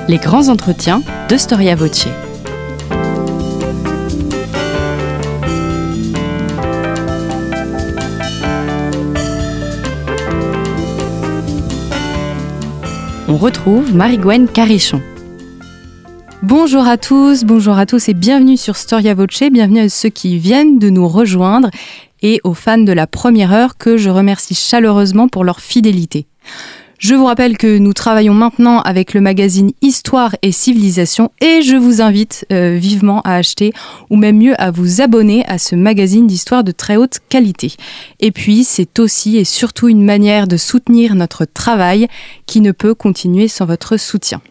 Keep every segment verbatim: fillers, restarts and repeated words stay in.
les grands entretiens de Storia Voce. On retrouve Marie-Gwen Carichon. Bonjour à tous, bonjour à tous et bienvenue sur Storia Voce, bienvenue à ceux qui viennent de nous rejoindre et aux fans de la première heure que je remercie chaleureusement pour leur fidélité. Je vous rappelle que nous travaillons maintenant avec le magazine Histoire et Civilisation et je vous invite euh, vivement à acheter ou même mieux à vous abonner à ce magazine d'histoire de très haute qualité. Et puis c'est aussi et surtout une manière de soutenir notre travail qui ne peut continuer sans votre soutien.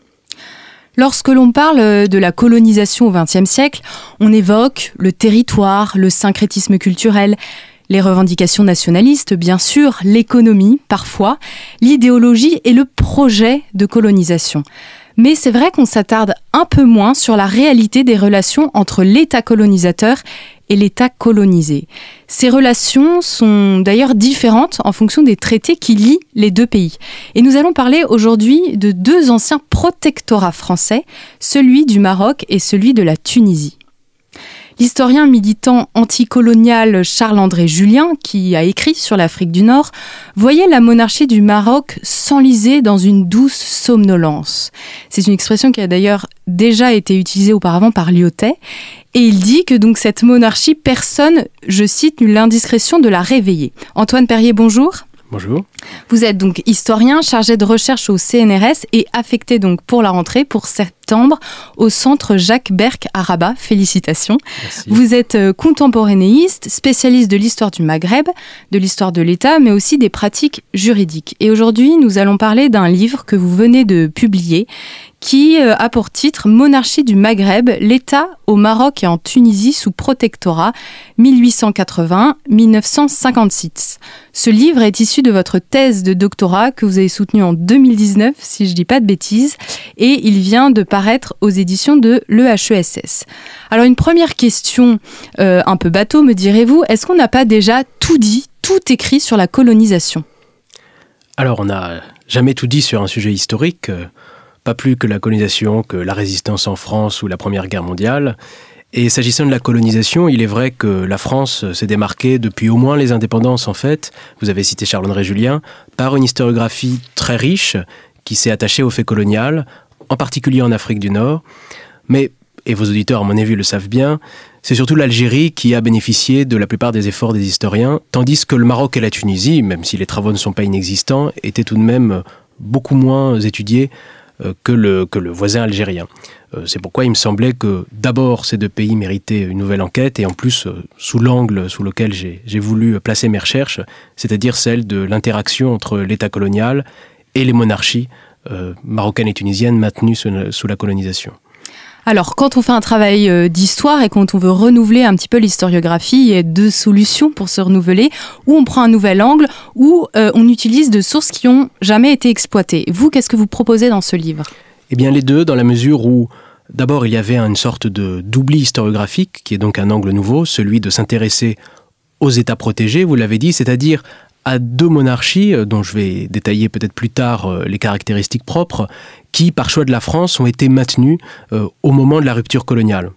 Lorsque l'on parle de la colonisation au vingtième siècle, on évoque le territoire, le syncrétisme culturel, les revendications nationalistes, bien sûr, l'économie, parfois, l'idéologie et le projet de colonisation. Mais c'est vrai qu'on s'attarde un peu moins sur la réalité des relations entre l'État colonisateur et l'État colonisé. Ces relations sont d'ailleurs différentes en fonction des traités qui lient les deux pays. Et nous allons parler aujourd'hui de deux anciens protectorats français, celui du Maroc et celui de la Tunisie. L'historien militant anticolonial Charles-André Julien, qui a écrit sur l'Afrique du Nord, voyait la monarchie du Maroc s'enliser dans une douce somnolence. C'est une expression qui a d'ailleurs déjà été utilisée auparavant par Lyautey. Et il dit que donc cette monarchie, personne, je cite, n'eut l'indiscrétion de la réveiller. Antoine Perrier, bonjour. Bonjour. Vous êtes donc historien, chargé de recherche au C N R S et affecté donc pour la rentrée, pour septembre, au centre Jacques Berck à Rabat. Félicitations. Merci. Vous êtes contemporanéiste, spécialiste de l'histoire du Maghreb, de l'histoire de l'État, mais aussi des pratiques juridiques. Et aujourd'hui, nous allons parler d'un livre que vous venez de publier, qui a pour titre « Monarchie du Maghreb, l'État au Maroc et en Tunisie sous protectorat, mille huit cent quatre-vingts à mille neuf cent cinquante-six ». Ce livre est issu de votre thèse de doctorat que vous avez soutenue en deux mille dix-neuf, si je ne dis pas de bêtises, et il vient de paraître aux éditions de l'E H E S S. Alors une première question, euh, un peu bateau me direz-vous, est-ce qu'on n'a pas déjà tout dit, tout écrit sur la colonisation ? Alors on n'a jamais tout dit sur un sujet historique, euh... pas plus que la colonisation, que la résistance en France ou la Première Guerre mondiale. Et s'agissant de la colonisation, il est vrai que la France s'est démarquée depuis au moins les indépendances, en fait, vous avez cité Charles-André Julien, par une historiographie très riche qui s'est attachée au fait colonial, en particulier en Afrique du Nord. Mais, et vos auditeurs à mon avis le savent bien, c'est surtout l'Algérie qui a bénéficié de la plupart des efforts des historiens, tandis que le Maroc et la Tunisie, même si les travaux ne sont pas inexistants, étaient tout de même beaucoup moins étudiés Que le, que le voisin algérien. Euh, c'est pourquoi il me semblait que d'abord ces deux pays méritaient une nouvelle enquête et en plus euh, sous l'angle sous lequel j'ai, j'ai voulu placer mes recherches, c'est-à-dire celle de l'interaction entre l'État colonial et les monarchies euh, marocaines et tunisiennes maintenues sous, sous la colonisation. Alors, quand on fait un travail d'histoire et quand on veut renouveler un petit peu l'historiographie, il y a deux solutions pour se renouveler. Ou on prend un nouvel angle, ou euh, on utilise de sources qui n'ont jamais été exploitées. Vous, qu'est-ce que vous proposez dans ce livre ? Eh bien, les deux, dans la mesure où, d'abord, il y avait une sorte de d'oubli historiographique, qui est donc un angle nouveau, celui de s'intéresser aux États protégés, vous l'avez dit, c'est-à-dire à deux monarchies, dont je vais détailler peut-être plus tard les caractéristiques propres, qui, par choix de la France, ont été maintenues euh, au moment de la rupture coloniale.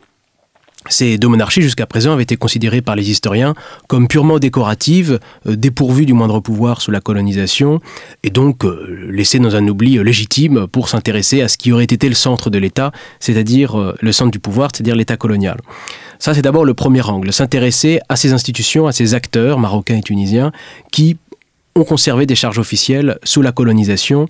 Ces deux monarchies, jusqu'à présent, avaient été considérées par les historiens comme purement décoratives, euh, dépourvues du moindre pouvoir sous la colonisation, et donc euh, laissées dans un oubli euh, légitime pour s'intéresser à ce qui aurait été le centre de l'État, c'est-à-dire euh, le centre du pouvoir, c'est-à-dire l'État colonial. Ça, c'est d'abord le premier angle, s'intéresser à ces institutions, à ces acteurs marocains et tunisiens qui ont conservé des charges officielles sous la colonisation,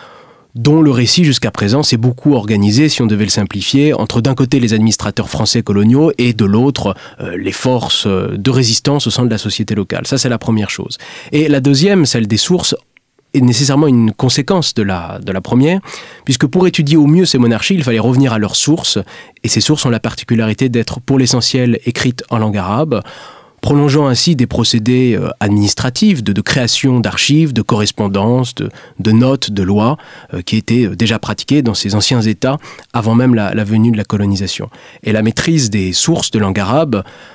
dont le récit jusqu'à présent s'est beaucoup organisé, si on devait le simplifier, entre d'un côté les administrateurs français coloniaux et de l'autre euh, les forces de résistance au sein de la société locale. Ça, c'est la première chose. Et la deuxième, celle des sources, est nécessairement une conséquence de la, de la première, puisque pour étudier au mieux ces monarchies, il fallait revenir à leurs sources, et ces sources ont la particularité d'être pour l'essentiel écrites en langue arabe, prolongeant ainsi des procédés euh, administratifs, de, de création d'archives, de correspondances, de, de notes, de lois, euh, qui étaient déjà pratiquées dans ces anciens États avant même la, la venue de la colonisation. Et la maîtrise des sources de langue arabe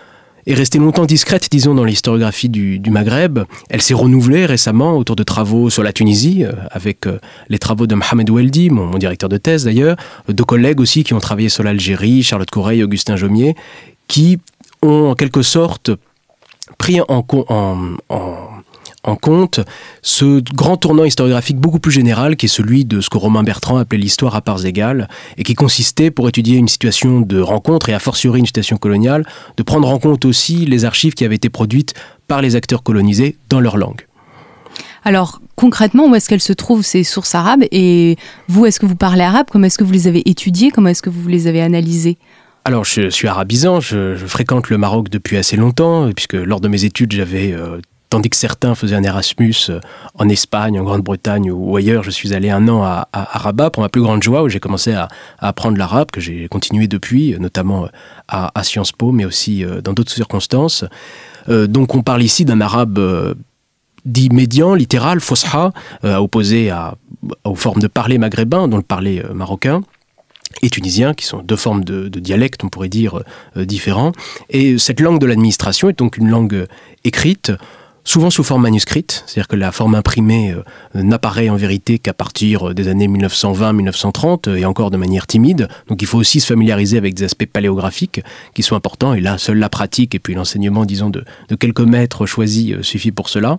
est restée longtemps discrète, disons, dans l'historiographie du, du Maghreb. Elle s'est renouvelée récemment autour de travaux sur la Tunisie, euh, avec euh, les travaux de Mohamed Oueldi, mon, mon directeur de thèse d'ailleurs, de collègues aussi qui ont travaillé sur l'Algérie, Charlotte Correille, Augustin Jomier, qui ont en quelque sorte pris en, en, en, en compte ce grand tournant historiographique beaucoup plus général qui est celui de ce que Romain Bertrand appelait l'histoire à parts égales et qui consistait, pour étudier une situation de rencontre et a fortiori une situation coloniale, de prendre en compte aussi les archives qui avaient été produites par les acteurs colonisés dans leur langue. Alors, concrètement, où est-ce qu'elles se trouvent, ces sources arabes? Et vous, est-ce que vous parlez arabe? Comment est-ce que vous les avez étudiées? Comment est-ce que vous les avez analysées? Alors, je suis arabisant, je, je fréquente le Maroc depuis assez longtemps, puisque lors de mes études, j'avais... Euh, Tandis que certains faisaient un Erasmus en Espagne, en Grande-Bretagne ou ailleurs, je suis allé un an à, à, à Rabat pour ma plus grande joie, où j'ai commencé à, à apprendre l'arabe, que j'ai continué depuis, notamment à, à Sciences Po, mais aussi dans d'autres circonstances. Euh, donc on parle ici d'un arabe euh, dit médian, littéral, fosha, euh, opposé à, aux formes de parler maghrébin, dont le parler euh, marocain et tunisien, qui sont deux formes de, de dialectes, on pourrait dire, euh, différents. Et cette langue de l'administration est donc une langue écrite, souvent sous forme manuscrite, c'est-à-dire que la forme imprimée euh, n'apparaît en vérité qu'à partir des années mille neuf cent vingt mille neuf cent trente, et encore de manière timide. Donc il faut aussi se familiariser avec des aspects paléographiques qui sont importants, et là, seule la pratique et puis l'enseignement, disons, de, de quelques maîtres choisis euh, suffit pour cela.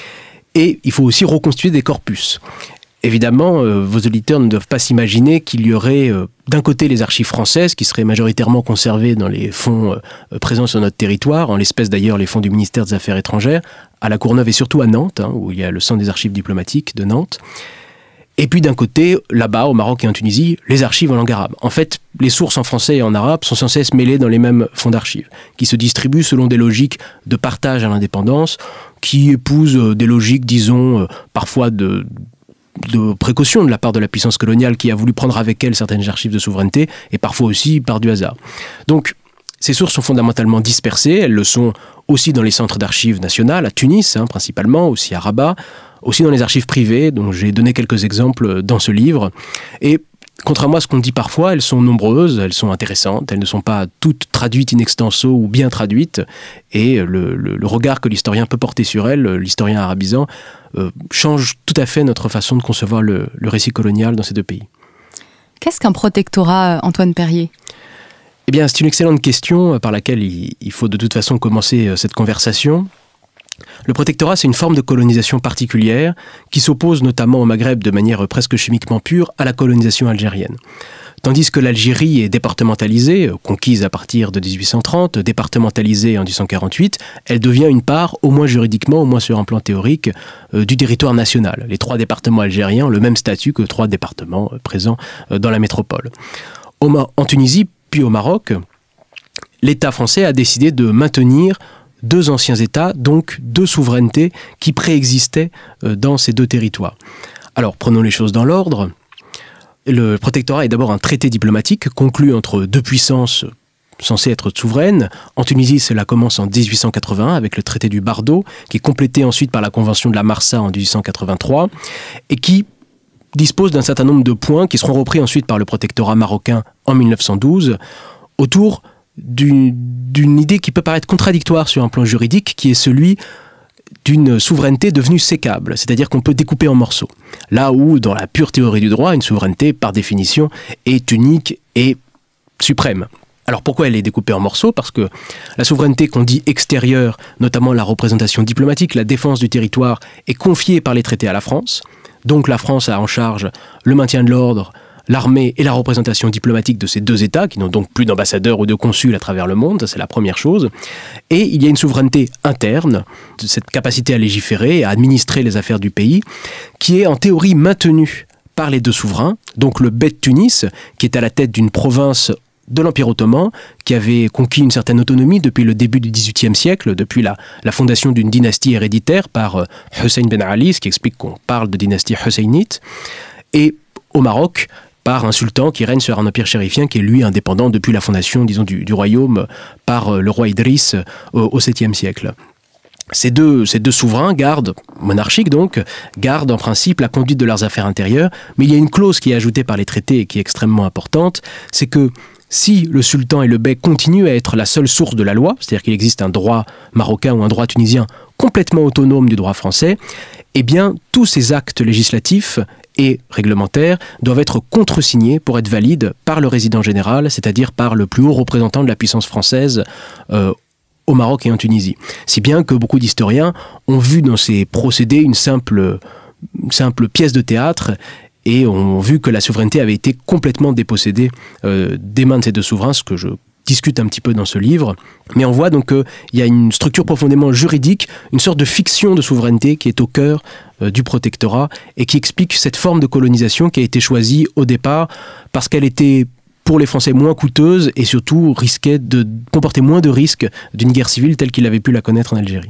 Et il faut aussi reconstituer des corpus. Évidemment, euh, vos auditeurs ne doivent pas s'imaginer qu'il y aurait euh, d'un côté les archives françaises qui seraient majoritairement conservées dans les fonds euh, présents sur notre territoire, en l'espèce d'ailleurs les fonds du ministère des Affaires étrangères, à La Courneuve et surtout à Nantes, hein, où il y a le centre des archives diplomatiques de Nantes. Et puis d'un côté, là-bas, au Maroc et en Tunisie, les archives en langue arabe. En fait, les sources en français et en arabe sont sans cesse mêlées dans les mêmes fonds d'archives, qui se distribuent selon des logiques de partage à l'indépendance, qui épousent des logiques, disons, parfois de... de précaution de la part de la puissance coloniale qui a voulu prendre avec elle certaines archives de souveraineté, et parfois aussi par du hasard. Donc, ces sources sont fondamentalement dispersées, elles le sont aussi dans les centres d'archives nationales, à Tunis hein, principalement, aussi à Rabat, aussi dans les archives privées, dont j'ai donné quelques exemples dans ce livre. Et contrairement à ce qu'on dit parfois, elles sont nombreuses, elles sont intéressantes, elles ne sont pas toutes traduites in extenso ou bien traduites, et le, le, le regard que l'historien peut porter sur elles, l'historien arabisant, euh, change tout à fait notre façon de concevoir le, le récit colonial dans ces deux pays. Qu'est-ce qu'un protectorat, Antoine Perrier ? Eh bien, c'est une excellente question par laquelle il, il faut de toute façon commencer cette conversation. Le protectorat, c'est une forme de colonisation particulière qui s'oppose notamment au Maghreb de manière presque chimiquement pure à la colonisation algérienne. Tandis que l'Algérie est départementalisée, conquise à partir de dix-huit cent trente, départementalisée en dix-huit cent quarante-huit, elle devient une part, au moins juridiquement, au moins sur un plan théorique, euh, du territoire national. Les trois départements algériens ont le même statut que trois départements euh, présents euh, dans la métropole. Au, en Tunisie, puis au Maroc, l'État français a décidé de maintenir deux anciens États, donc deux souverainetés qui préexistaient euh, dans ces deux territoires. Alors, prenons les choses dans l'ordre. Le protectorat est d'abord un traité diplomatique conclu entre deux puissances censées être souveraines. En Tunisie, cela commence en dix-huit cent quatre-vingt-un avec le traité du Bardo, qui est complété ensuite par la convention de la Marsa en dix-huit cent quatre-vingt-trois, et qui dispose d'un certain nombre de points qui seront repris ensuite par le protectorat marocain en mille neuf cent douze, autour d'une, d'une idée qui peut paraître contradictoire sur un plan juridique, qui est celui d'une souveraineté devenue sécable, c'est-à-dire qu'on peut découper en morceaux. Là où, dans la pure théorie du droit, une souveraineté, par définition, est unique et suprême. Alors pourquoi elle est découpée en morceaux ? Parce que la souveraineté qu'on dit extérieure, notamment la représentation diplomatique, la défense du territoire, est confiée par les traités à la France. Donc la France a en charge le maintien de l'ordre, l'armée et la représentation diplomatique de ces deux États, qui n'ont donc plus d'ambassadeurs ou de consuls à travers le monde, ça c'est la première chose. Et il y a une souveraineté interne, cette capacité à légiférer et à administrer les affaires du pays, qui est en théorie maintenue par les deux souverains, donc le Bey de Tunis, qui est à la tête d'une province de l'Empire ottoman, qui avait conquis une certaine autonomie depuis le début du dix-huitième siècle, depuis la, la fondation d'une dynastie héréditaire par euh, Hussein ben Ali, ce qui explique qu'on parle de dynastie husseynite, et au Maroc, par un sultan qui règne sur un empire chérifien qui est lui indépendant depuis la fondation, disons, du, du royaume par le roi Idriss au, au septième siècle. Ces deux, ces deux souverains gardent, monarchiques donc, gardent en principe la conduite de leurs affaires intérieures, mais il y a une clause qui est ajoutée par les traités et qui est extrêmement importante, c'est que si le sultan et le bey continuent à être la seule source de la loi, c'est-à-dire qu'il existe un droit marocain ou un droit tunisien complètement autonome du droit français, eh bien, tous ces actes législatifs et réglementaires doivent être contresignés pour être valides par le résident général, c'est-à-dire par le plus haut représentant de la puissance française euh, au Maroc et en Tunisie. Si bien que beaucoup d'historiens ont vu dans ces procédés une simple, une simple pièce de théâtre et ont vu que la souveraineté avait été complètement dépossédée euh, des mains de ces deux souverains, ce que je discute un petit peu dans ce livre. Mais on voit donc qu'il y a une structure profondément juridique, une sorte de fiction de souveraineté qui est au cœur euh, du protectorat et qui explique cette forme de colonisation qui a été choisie au départ parce qu'elle était pour les Français moins coûteuse et surtout risquait de comporter moins de risques d'une guerre civile telle qu'il avait pu la connaître en Algérie.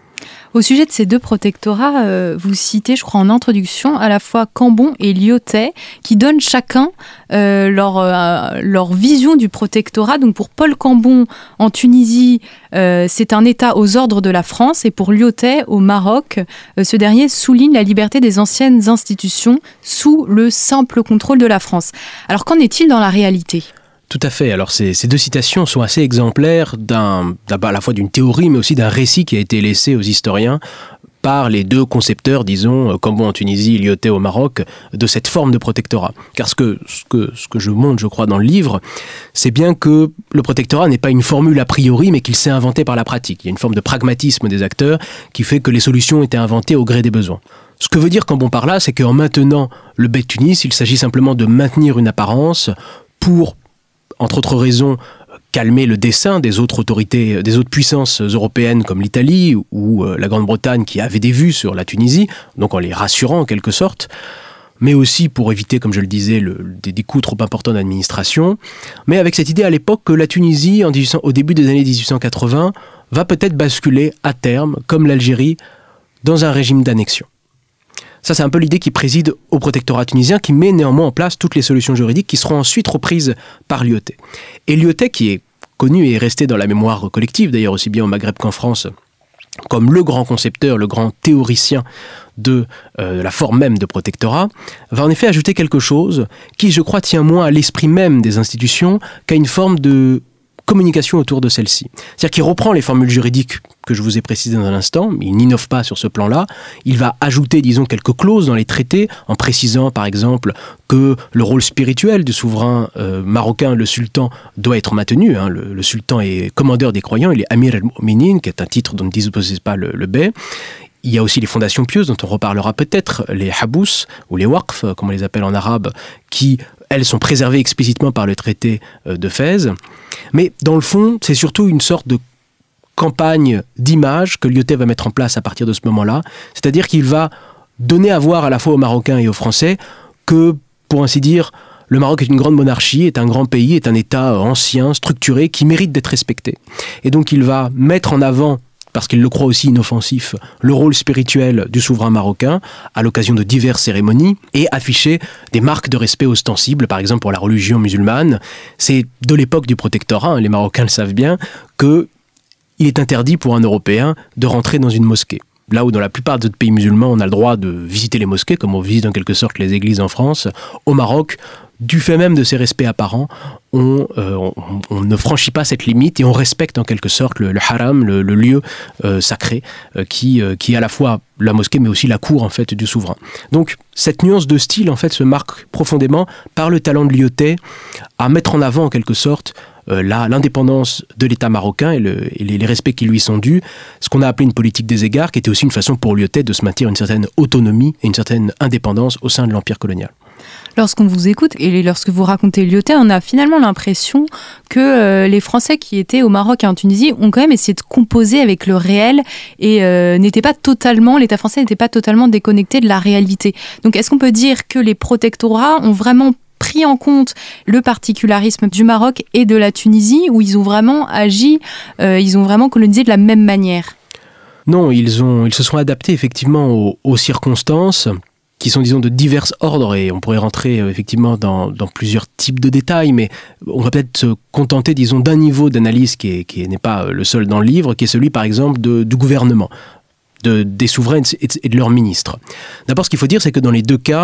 Au sujet de ces deux protectorats, euh, vous citez, je crois en introduction, à la fois Cambon et Lyautey, qui donnent chacun euh, leur, euh, leur vision du protectorat. Donc pour Paul Cambon, en Tunisie, euh, c'est un État aux ordres de la France, et pour Lyautey, au Maroc, euh, ce dernier souligne la liberté des anciennes institutions sous le simple contrôle de la France. Alors qu'en est-il dans la réalité ? Tout à fait. Alors ces, ces deux citations sont assez exemplaires d'un, d'un, à la fois d'une théorie, mais aussi d'un récit qui a été laissé aux historiens par les deux concepteurs, disons, Cambon en Tunisie, Lyautey au Maroc, de cette forme de protectorat. Car ce que, ce que, ce que je montre, je crois, dans le livre, c'est bien que le protectorat n'est pas une formule a priori, mais qu'il s'est inventé par la pratique. Il y a une forme de pragmatisme des acteurs qui fait que les solutions étaient inventées au gré des besoins. Ce que veut dire Cambon par là, c'est qu'en maintenant le bey de Tunis, il s'agit simplement de maintenir une apparence pour, entre autres raisons, calmer le dessein des autres autorités, des autres puissances européennes comme l'Italie ou la Grande-Bretagne qui avaient des vues sur la Tunisie, donc en les rassurant en quelque sorte, mais aussi pour éviter, comme je le disais, le, des, des coûts trop importants d'administration, mais avec cette idée à l'époque que la Tunisie, en dix-huit cents, au début des années dix-huit cent quatre-vingts, va peut-être basculer à terme, comme l'Algérie, dans un régime d'annexion. Ça, c'est un peu l'idée qui préside au protectorat tunisien, qui met néanmoins en place toutes les solutions juridiques qui seront ensuite reprises par Lyautey. Et Lyautey, qui est connu et est resté dans la mémoire collective, d'ailleurs aussi bien au Maghreb qu'en France, comme le grand concepteur, le grand théoricien de euh, la forme même de protectorat, va en effet ajouter quelque chose qui, je crois, tient moins à l'esprit même des institutions qu'à une forme de communication autour de celle-ci. C'est-à-dire qu'il reprend les formules juridiques que je vous ai précisées dans l'instant, mais il n'innove pas sur ce plan-là. Il va ajouter, disons, quelques clauses dans les traités, en précisant, par exemple, que le rôle spirituel du souverain euh, marocain, le sultan, doit être maintenu. Hein. Le, le sultan est commandeur des croyants, il est Amir al-Mu'minin, qui est un titre dont ne dispose pas le, le bey. Il y a aussi les fondations pieuses, dont on reparlera peut-être, les habous, ou les waqf, comme on les appelle en arabe, qui, elles, sont préservées explicitement par le traité de Fès. Mais dans le fond, c'est surtout une sorte de campagne d'image que Lyautey va mettre en place à partir de ce moment-là. C'est-à-dire qu'il va donner à voir à la fois aux Marocains et aux Français que, pour ainsi dire, le Maroc est une grande monarchie, est un grand pays, est un État ancien, structuré, qui mérite d'être respecté. Et donc il va mettre en avant, parce qu'il le croit aussi inoffensif, le rôle spirituel du souverain marocain à l'occasion de diverses cérémonies et afficher des marques de respect ostensibles, par exemple pour la religion musulmane. C'est de l'époque du protectorat, hein, les Marocains le savent bien, qu'il est interdit pour un Européen de rentrer dans une mosquée. Là où dans la plupart des autres pays musulmans, on a le droit de visiter les mosquées, comme on visite en quelque sorte les églises en France, au Maroc, du fait même de ces respects apparents, on, euh, on, on ne franchit pas cette limite et on respecte en quelque sorte le, le haram, le, le lieu euh, sacré, euh, qui, euh, qui est à la fois la mosquée mais aussi la cour en fait du souverain. Donc cette nuance de style en fait se marque profondément par le talent de Lyautey à mettre en avant en quelque sorte euh, la, l'indépendance de l'État marocain et, le, et les, les respects qui lui sont dus, ce qu'on a appelé une politique des égards, qui était aussi une façon pour Lyautey de se maintenir une certaine autonomie et une certaine indépendance au sein de l'empire colonial. Lorsqu'on vous écoute et lorsque vous racontez Lyautey, on a finalement l'impression que euh, les Français qui étaient au Maroc et en Tunisie ont quand même essayé de composer avec le réel et euh, n'étaient pas totalement, l'État français n'était pas totalement déconnecté de la réalité. Donc est-ce qu'on peut dire que les protectorats ont vraiment pris en compte le particularisme du Maroc et de la Tunisie, où ils ont vraiment agi, euh, ils ont vraiment colonisé de la même manière ? Non, ils, ont, ils se sont adaptés effectivement aux, aux circonstances qui sont, disons, de divers ordres, et on pourrait rentrer euh, effectivement dans, dans plusieurs types de détails, mais on va peut-être se contenter, disons, d'un niveau d'analyse qui, est, qui n'est pas le seul dans le livre, qui est celui, par exemple, de, du gouvernement, de, des souverains et de leurs ministres. D'abord, ce qu'il faut dire, c'est que dans les deux cas,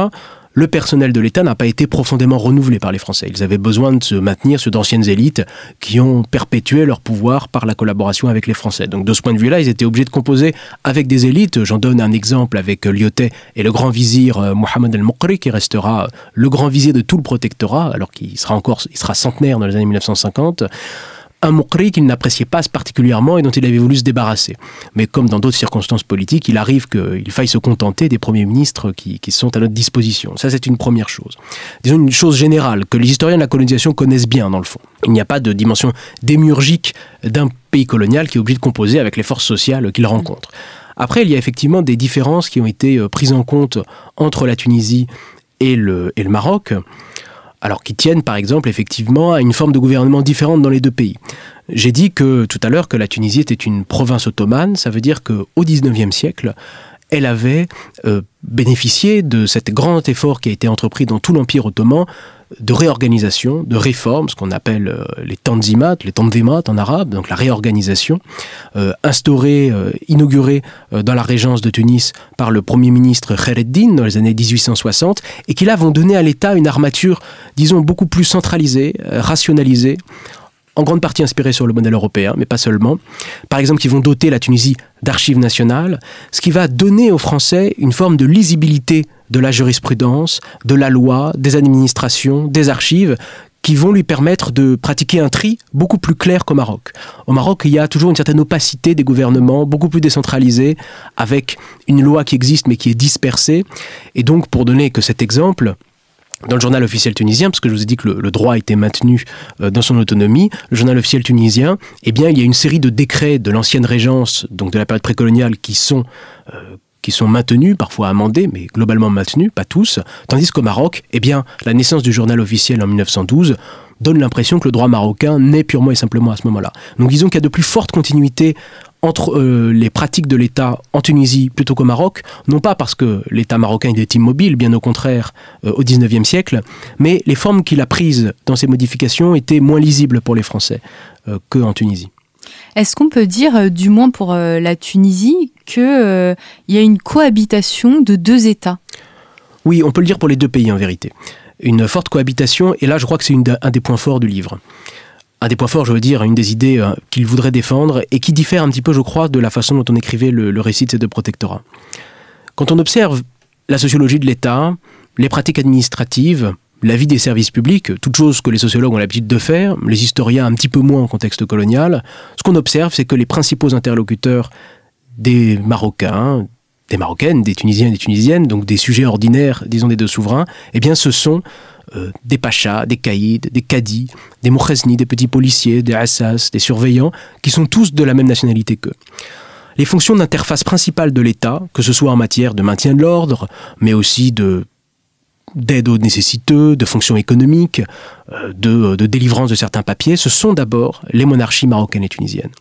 le personnel de l'État n'a pas été profondément renouvelé par les Français. Ils avaient besoin de se maintenir sur d'anciennes élites qui ont perpétué leur pouvoir par la collaboration avec les Français. Donc de ce point de vue-là, ils étaient obligés de composer avec des élites. J'en donne un exemple avec Lyautey et le grand vizir Mohammed el-Mokri, qui restera le grand vizir de tout le protectorat, alors qu'il sera encore, il sera centenaire dans les années mille neuf cent cinquante. Un Mokri qu'il n'appréciait pas particulièrement et dont il avait voulu se débarrasser. Mais comme dans d'autres circonstances politiques, il arrive qu'il faille se contenter des premiers ministres qui, qui sont à notre disposition. Ça, c'est une première chose. Disons une chose générale, que les historiens de la colonisation connaissent bien, dans le fond. Il n'y a pas de dimension démiurgique d'un pays colonial qui est obligé de composer avec les forces sociales qu'il rencontre. Après, il y a effectivement des différences qui ont été prises en compte entre la Tunisie et le, et le Maroc, alors qui tiennent par exemple effectivement à une forme de gouvernement différente dans les deux pays. J'ai dit que tout à l'heure que la Tunisie était une province ottomane, ça veut dire qu'au dix-neuvième siècle, elle avait euh, bénéficié de cet grand effort qui a été entrepris dans tout l'Empire ottoman de réorganisation, de réforme, ce qu'on appelle euh, les tanzimat, les tanzimat en arabe, donc la réorganisation, euh, instaurée, euh, inaugurée euh, dans la régence de Tunis par le premier ministre Khaireddin dans les années dix-huit cent soixante, et qui là vont donner à l'État une armature, disons, beaucoup plus centralisée, euh, rationalisée, en grande partie inspirés sur le modèle européen, mais pas seulement. Par exemple, qui vont doter la Tunisie d'archives nationales, ce qui va donner aux Français une forme de lisibilité de la jurisprudence, de la loi, des administrations, des archives, qui vont lui permettre de pratiquer un tri beaucoup plus clair qu'au Maroc. Au Maroc, il y a toujours une certaine opacité des gouvernements, beaucoup plus décentralisée, avec une loi qui existe mais qui est dispersée. Et donc, pour donner que cet exemple, dans le journal officiel tunisien, parce que je vous ai dit que le, le droit était maintenu euh, dans son autonomie, le journal officiel tunisien, eh bien, il y a une série de décrets de l'ancienne régence, donc de la période précoloniale, qui sont, euh, qui sont maintenus, parfois amendés, mais globalement maintenus, pas tous, tandis qu'au Maroc, eh bien, la naissance du journal officiel en mille neuf cent douze donne l'impression que le droit marocain naît purement et simplement à ce moment-là. Donc disons qu'il y a de plus fortes continuités entre euh, les pratiques de l'État en Tunisie plutôt qu'au Maroc, non pas parce que l'État marocain est immobile, bien au contraire, euh, au dix-neuvième siècle, mais les formes qu'il a prises dans ces modifications étaient moins lisibles pour les Français euh, qu'en Tunisie. Est-ce qu'on peut dire, euh, du moins pour euh, la Tunisie, qu'il euh, y a une cohabitation de deux États ? Oui, on peut le dire pour les deux pays en vérité. Une forte cohabitation, et là je crois que c'est une, un des points forts du livre. Un des points forts, je veux dire, une des idées euh, qu'il voudrait défendre et qui diffère un petit peu, je crois, de la façon dont on écrivait le, le récit de ces deux protectorats. Quand on observe la sociologie de l'État, les pratiques administratives, la vie des services publics, toutes choses que les sociologues ont l'habitude de faire, les historiens un petit peu moins en contexte colonial, ce qu'on observe, c'est que les principaux interlocuteurs des Marocains, des Marocaines, des Tunisiens et des Tunisiennes, donc des sujets ordinaires, disons, des deux souverains, eh bien, ce sont Euh, des pachas, des caïds, des cadis, des moukhesni, des petits policiers, des assas, des surveillants, qui sont tous de la même nationalité qu'eux. Les fonctions d'interface principale de l'État, que ce soit en matière de maintien de l'ordre, mais aussi de, d'aide aux nécessiteux, de fonctions économiques, euh, de, de délivrance de certains papiers, ce sont d'abord les monarchies marocaines et tunisiennes.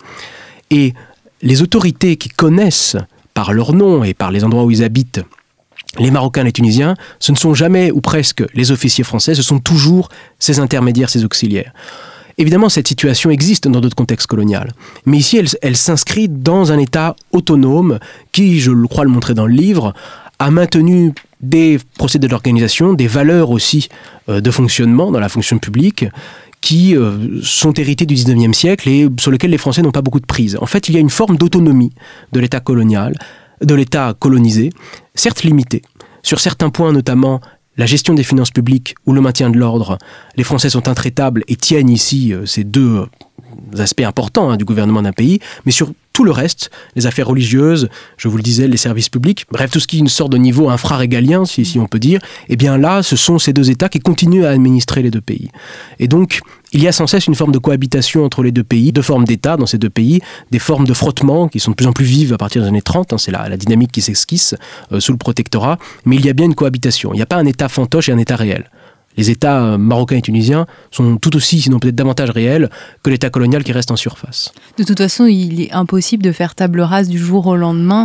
Et les autorités qui connaissent, par leur nom et par les endroits où ils habitent, les Marocains et les Tunisiens, ce ne sont jamais, ou presque, les officiers français, ce sont toujours ces intermédiaires, ces auxiliaires. Évidemment, cette situation existe dans d'autres contextes coloniaux. Mais ici, elle, elle s'inscrit dans un État autonome qui, je le crois le montrer dans le livre, a maintenu des procédés d'organisation, des valeurs aussi euh, de fonctionnement dans la fonction publique, qui euh, sont hérités du dix-neuvième siècle et sur lesquels les Français n'ont pas beaucoup de prise. En fait, il y a une forme d'autonomie de l'État colonial, de l'État colonisé, certes limité. Sur certains points, notamment la gestion des finances publiques ou le maintien de l'ordre, les Français sont intraitables et tiennent ici euh, ces deux euh, aspects importants hein, du gouvernement d'un pays, mais sur tout le reste, les affaires religieuses, je vous le disais, les services publics, bref, tout ce qui est une sorte de niveau infrarégalien, si, si on peut dire, eh bien là, ce sont ces deux États qui continuent à administrer les deux pays. Et donc, il y a sans cesse une forme de cohabitation entre les deux pays, deux formes d'État dans ces deux pays, des formes de frottement qui sont de plus en plus vives à partir des années trente, hein, c'est la, la dynamique qui s'esquisse euh, sous le protectorat, mais il y a bien une cohabitation. Il n'y a pas un État fantoche et un État réel. Les États marocains et tunisiens sont tout aussi, sinon peut-être davantage réels, que l'État colonial qui reste en surface. De toute façon, il est impossible de faire table rase du jour au lendemain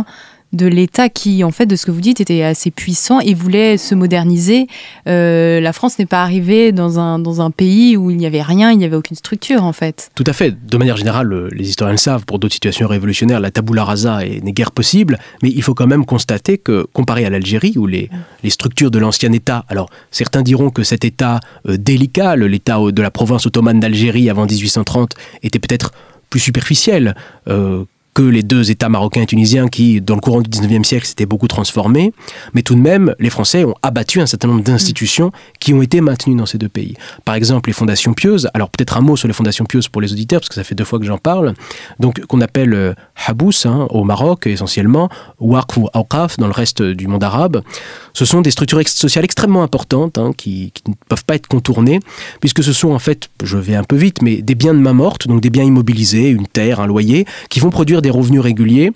de l'État qui, en fait, de ce que vous dites, était assez puissant et voulait se moderniser. Euh, la France n'est pas arrivée dans un, dans un pays où il n'y avait rien, il n'y avait aucune structure, en fait. Tout à fait. De manière générale, les historiens le savent, pour d'autres situations révolutionnaires, la tabula rasa n'est guère possible, mais il faut quand même constater que, comparé à l'Algérie, où les, les structures de l'ancien État, alors certains diront que cet État euh, délicat, l'État de la province ottomane d'Algérie avant dix-huit cent trente, était peut-être plus superficiel euh, que les deux États marocains et tunisiens qui, dans le courant du dix-neuvième siècle, s'étaient beaucoup transformés. Mais tout de même, les Français ont abattu un certain nombre d'institutions qui ont été maintenues dans ces deux pays. Par exemple, les fondations pieuses. Alors peut-être un mot sur les fondations pieuses pour les auditeurs, parce que ça fait deux fois que j'en parle. Donc, qu'on appelle euh, Habous, hein, au Maroc essentiellement, Waqf ou Awqaf dans le reste du monde arabe. Ce sont des structures ex- sociales extrêmement importantes hein, qui, qui ne peuvent pas être contournées, puisque ce sont en fait, je vais un peu vite, mais des biens de main morte, donc des biens immobilisés, une terre, un loyer, qui vont produire des revenus réguliers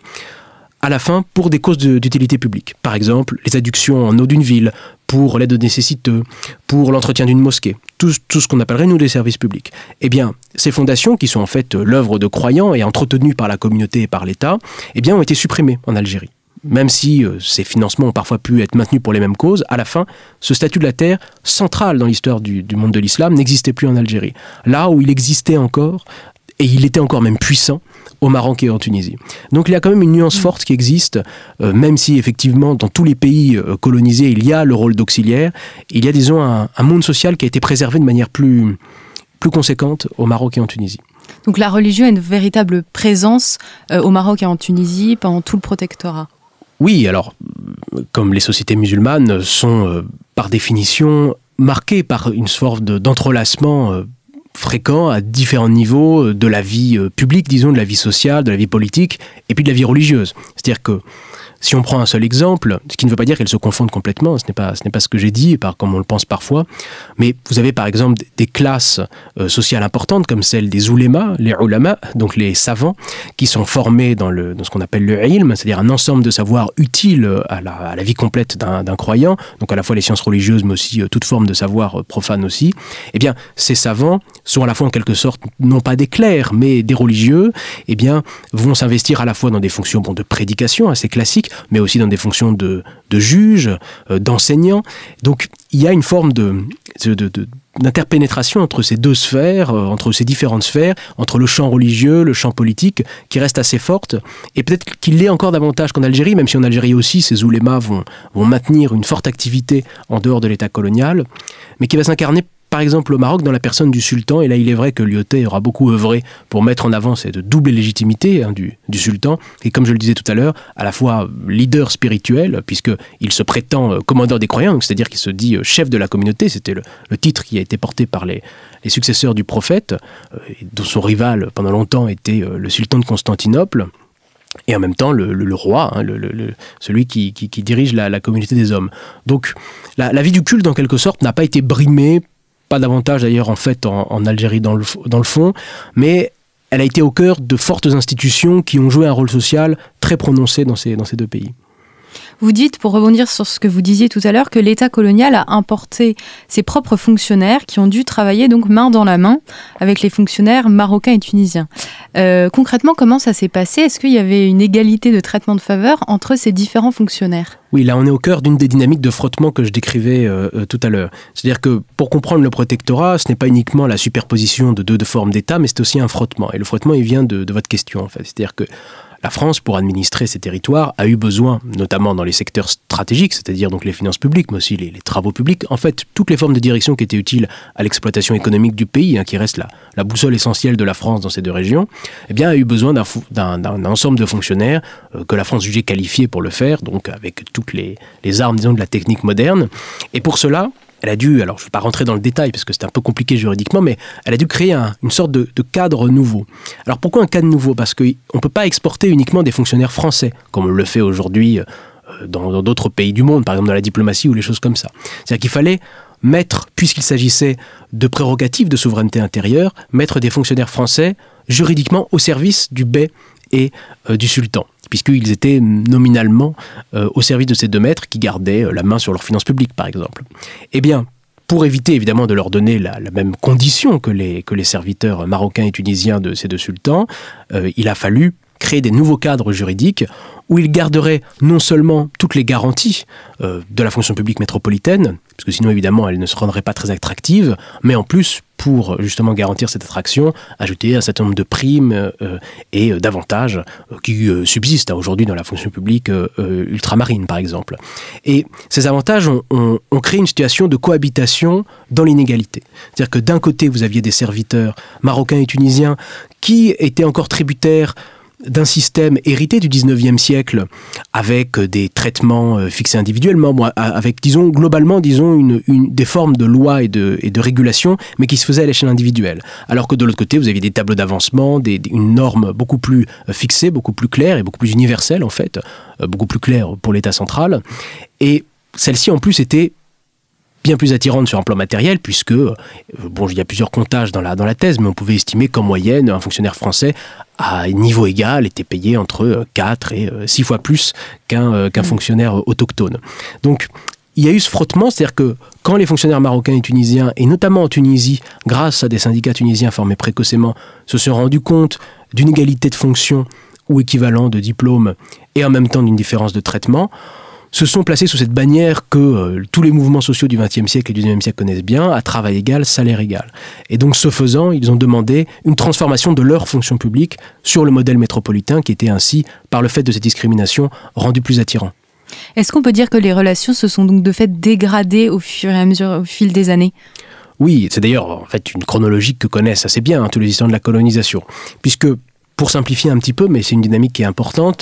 à la fin pour des causes de, d'utilité publique. Par exemple, les adductions en eau d'une ville, pour l'aide aux nécessiteux, pour l'entretien d'une mosquée, tout, tout ce qu'on appellerait, nous, des services publics. Eh bien, ces fondations, qui sont en fait l'œuvre de croyants et entretenues par la communauté et par l'État, eh bien, ont été supprimées en Algérie. Même si euh, ces financements ont parfois pu être maintenus pour les mêmes causes, à la fin, ce statut de la terre, central dans l'histoire du, du monde de l'islam, n'existait plus en Algérie. Là où il existait encore, et il était encore même puissant, au Maroc et en Tunisie. Donc il y a quand même une nuance forte qui existe, euh, même si effectivement dans tous les pays euh, colonisés il y a le rôle d'auxiliaire, il y a disons un, un monde social qui a été préservé de manière plus, plus conséquente au Maroc et en Tunisie. Donc la religion a une véritable présence euh, au Maroc et en Tunisie pendant tout le protectorat. Oui, alors comme les sociétés musulmanes sont euh, par définition marquées par une sorte de, d'entrelacement euh, fréquent à différents niveaux de la vie publique, disons, de la vie sociale, de la vie politique, et puis de la vie religieuse. C'est-à-dire que si on prend un seul exemple, ce qui ne veut pas dire qu'elles se confondent complètement, ce n'est pas, ce n'est pas ce que j'ai dit, par, comme on le pense parfois, mais vous avez par exemple des classes euh, sociales importantes comme celle des oulémas, les ulama, donc les savants, qui sont formés dans, le, dans ce qu'on appelle le ilm, c'est-à-dire un ensemble de savoirs utiles à la, à la vie complète d'un, d'un croyant, donc à la fois les sciences religieuses, mais aussi euh, toute forme de savoir euh, profane aussi. Eh bien, ces savants sont à la fois en quelque sorte, non pas des clercs, mais des religieux, eh bien, vont s'investir à la fois dans des fonctions bon, de prédication assez classiques, mais aussi dans des fonctions de, de juge, euh, d'enseignant. Donc, il y a une forme de, de, de, de, d'interpénétration entre ces deux sphères, euh, entre ces différentes sphères, entre le champ religieux, le champ politique, qui reste assez forte. Et peut-être qu'il l'est encore davantage qu'en Algérie, même si en Algérie aussi, ces oulémas vont, vont maintenir une forte activité en dehors de l'État colonial, mais qui va s'incarner par exemple au Maroc dans la personne du sultan, et là il est vrai que Lyautey aura beaucoup œuvré pour mettre en avant cette double légitimité hein, du, du sultan, et comme je le disais tout à l'heure, à la fois leader spirituel, puisqu'il se prétend euh, commandeur des croyants, donc c'est-à-dire qu'il se dit euh, chef de la communauté, c'était le, le titre qui a été porté par les, les successeurs du prophète, euh, dont son rival pendant longtemps était euh, le sultan de Constantinople, et en même temps le, le, le roi, hein, le, le, celui qui, qui, qui dirige la, la communauté des hommes. Donc la, la vie du culte, en quelque sorte, n'a pas été brimée, pas davantage d'ailleurs en fait en, en Algérie dans le, dans le fond, mais elle a été au cœur de fortes institutions qui ont joué un rôle social très prononcé dans ces, dans ces deux pays. Vous dites, pour rebondir sur ce que vous disiez tout à l'heure, que l'État colonial a importé ses propres fonctionnaires qui ont dû travailler donc main dans la main avec les fonctionnaires marocains et tunisiens. Euh, concrètement, comment ça s'est passé ? Est-ce qu'il y avait une égalité de traitement de faveur entre ces différents fonctionnaires ? Oui, là on est au cœur d'une des dynamiques de frottement que je décrivais euh, euh, tout à l'heure. C'est-à-dire que pour comprendre le protectorat, ce n'est pas uniquement la superposition de deux de formes d'État, mais c'est aussi un frottement. Et le frottement, il vient de, de votre question en fait. C'est-à-dire que la France, pour administrer ses territoires, a eu besoin, notamment dans les secteurs stratégiques, c'est-à-dire donc les finances publiques, mais aussi les, les travaux publics, en fait, toutes les formes de direction qui étaient utiles à l'exploitation économique du pays, hein, qui reste la, la boussole essentielle de la France dans ces deux régions, eh bien, a eu besoin d'un, d'un, d'un ensemble de fonctionnaires euh, que la France jugeait qualifiés pour le faire, donc avec toutes les, les armes, disons, de la technique moderne. Et pour cela, elle a dû, alors je ne vais pas rentrer dans le détail parce que c'est un peu compliqué juridiquement, mais elle a dû créer un, une sorte de, de cadre nouveau. Alors pourquoi un cadre nouveau ? Parce qu'on ne peut pas exporter uniquement des fonctionnaires français, comme on le fait aujourd'hui dans, dans d'autres pays du monde, par exemple dans la diplomatie ou les choses comme ça. C'est-à-dire qu'il fallait mettre, puisqu'il s'agissait de prérogatives de souveraineté intérieure, mettre des fonctionnaires français juridiquement au service du bey et euh, du sultan, puisqu'ils étaient nominalement euh, au service de ces deux maîtres qui gardaient euh, la main sur leurs finances publiques, par exemple. Eh bien, pour éviter évidemment de leur donner la, la même condition que les, que les serviteurs marocains et tunisiens de ces deux sultans, euh, il a fallu créer des nouveaux cadres juridiques où il garderait non seulement toutes les garanties euh, de la fonction publique métropolitaine, parce que sinon évidemment elle ne se rendrait pas très attractive, mais en plus, pour justement garantir cette attraction, ajouter un certain nombre de primes euh, et euh, d'avantages euh, qui euh, subsistent aujourd'hui dans la fonction publique euh, euh, ultramarine par exemple. Et ces avantages ont, ont, ont créé une situation de cohabitation dans l'inégalité. C'est-à-dire que d'un côté vous aviez des serviteurs marocains et tunisiens qui étaient encore tributaires d'un système hérité du dix-neuvième siècle avec des traitements fixés individuellement, avec, disons, globalement, disons, une, une, des formes de loi et de, et de régulation, mais qui se faisaient à l'échelle individuelle. Alors que de l'autre côté, vous aviez des tableaux d'avancement, des, une norme beaucoup plus fixée, beaucoup plus claire et beaucoup plus universelle, en fait, beaucoup plus claire pour l'État central. Et celle-ci, en plus, était bien plus attirante sur un plan matériel, puisque, bon, il y a plusieurs comptages dans la, dans la thèse, mais on pouvait estimer qu'en moyenne, un fonctionnaire français à niveau égal était payé entre quatre et six fois plus qu'un, qu'un fonctionnaire autochtone. Donc, il y a eu ce frottement, c'est-à-dire que quand les fonctionnaires marocains et tunisiens, et notamment en Tunisie, grâce à des syndicats tunisiens formés précocement, se sont rendus compte d'une égalité de fonction ou équivalent de diplôme, et en même temps d'une différence de traitement, se sont placés sous cette bannière que euh, tous les mouvements sociaux du vingtième siècle et du dix-neuvième siècle connaissent bien, à travail égal, salaire égal. Et donc, ce faisant, ils ont demandé une transformation de leur fonction publique sur le modèle métropolitain qui était ainsi, par le fait de cette discrimination, rendu plus attirant. Est-ce qu'on peut dire que les relations se sont donc de fait dégradées au fur et à mesure, au fil des années ? Oui, c'est d'ailleurs en fait une chronologie que connaissent assez bien hein, tous les historiens de la colonisation. Puisque, pour simplifier un petit peu, mais c'est une dynamique qui est importante,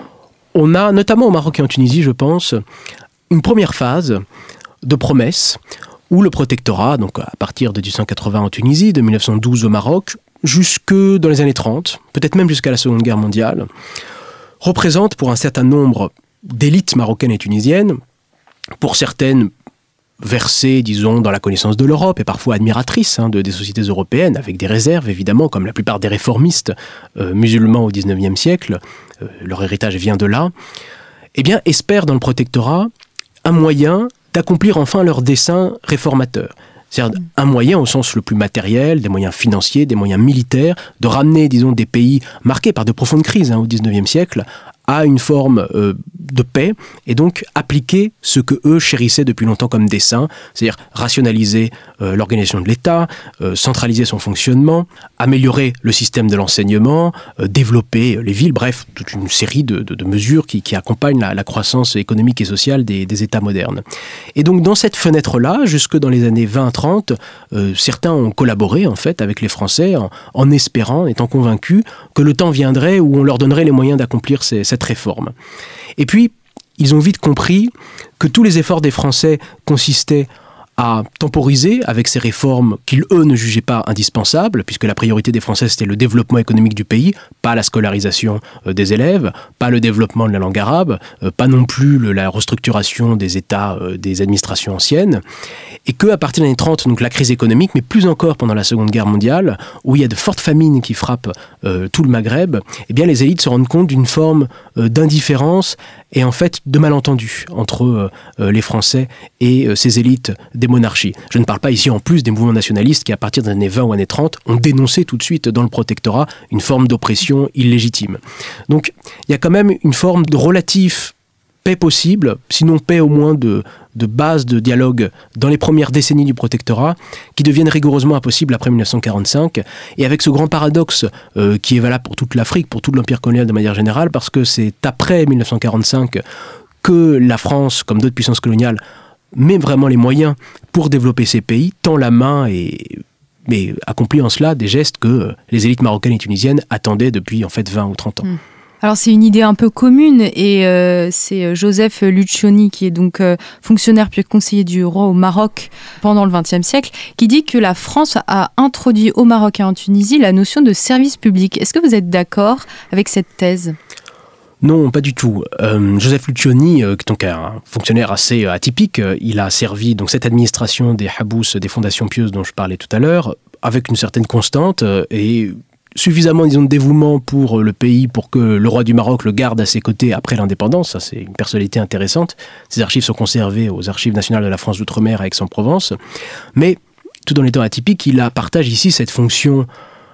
on a, notamment au Maroc et en Tunisie, je pense, une première phase de promesses où le protectorat, donc à partir de dix-huit cent quatre-vingts en Tunisie, de mille neuf cent douze au Maroc, jusque dans les années trente, peut-être même jusqu'à la Seconde Guerre mondiale, représente pour un certain nombre d'élites marocaines et tunisiennes, pour certaines versées, disons, dans la connaissance de l'Europe et parfois admiratrices hein, de, des sociétés européennes, avec des réserves, évidemment, comme la plupart des réformistes euh, musulmans au dix-neuvième siècle, euh, leur héritage vient de là, eh bien, espèrent dans le protectorat un moyen d'accomplir enfin leur dessein réformateur. C'est-à-dire un moyen au sens le plus matériel, des moyens financiers, des moyens militaires, de ramener, disons, des pays marqués par de profondes crises hein, au dix-neuvième siècle à une forme euh, de paix et donc appliquer ce que eux chérissaient depuis longtemps comme dessein, c'est-à-dire rationaliser euh, l'organisation de l'État, euh, centraliser son fonctionnement, améliorer le système de l'enseignement, euh, développer les villes, bref, toute une série de, de, de mesures qui, qui accompagnent la, la croissance économique et sociale des, des États modernes. Et donc dans cette fenêtre-là, jusque dans les années vingt trente, euh, certains ont collaboré en fait avec les Français en, en espérant, étant convaincus que le temps viendrait où on leur donnerait les moyens d'accomplir ces, cette réforme. Et puis, ils ont vite compris que tous les efforts des Français consistaient à temporiser avec ces réformes qu'ils, eux, ne jugeaient pas indispensables, puisque la priorité des Français, c'était le développement économique du pays, pas la scolarisation euh, des élèves, pas le développement de la langue arabe, euh, pas non plus le, la restructuration des États, euh, des administrations anciennes, et qu'à partir des années trente, donc la crise économique, mais plus encore pendant la Seconde Guerre mondiale, où il y a de fortes famines qui frappent euh, tout le Maghreb, eh bien les élites se rendent compte d'une forme euh, d'indifférence et en fait de malentendu entre euh, les Français et euh, ces élites des monarchies. Je ne parle pas ici en plus des mouvements nationalistes qui, à partir des années vingt ou années trente, ont dénoncé tout de suite dans le protectorat une forme d'oppression illégitime. Donc, il y a quand même une forme de relative paix possible, sinon paix au moins de, de base de dialogue dans les premières décennies du protectorat, qui deviennent rigoureusement impossibles après mille neuf cent quarante-cinq, et avec ce grand paradoxe euh, qui est valable pour toute l'Afrique, pour tout l'Empire colonial de manière générale, parce que c'est après mille neuf cent quarante-cinq que la France, comme d'autres puissances coloniales, met vraiment les moyens pour développer ces pays, tend la main et mais accomplit en cela des gestes que les élites marocaines et tunisiennes attendaient depuis en fait vingt ou trente ans. Mmh. Alors c'est une idée un peu commune et euh, c'est Joseph Lucioni, qui est donc euh, fonctionnaire puis conseiller du roi au Maroc pendant le vingtième siècle, qui dit que la France a introduit au Maroc et en Tunisie la notion de service public. Est-ce que vous êtes d'accord avec cette thèse ? Non, pas du tout. Euh, Joseph Lucioni, euh, donc un fonctionnaire assez atypique, euh, il a servi donc cette administration des habous, des fondations pieuses dont je parlais tout à l'heure, avec une certaine constante euh, et suffisamment, disons, de dévouement pour le pays pour que le roi du Maroc le garde à ses côtés après l'indépendance. Ça, c'est une personnalité intéressante. Ces archives sont conservées aux Archives nationales de la France d'Outre-mer à Aix-en-Provence. Mais, tout en étant atypique, il a, partage ici cette fonction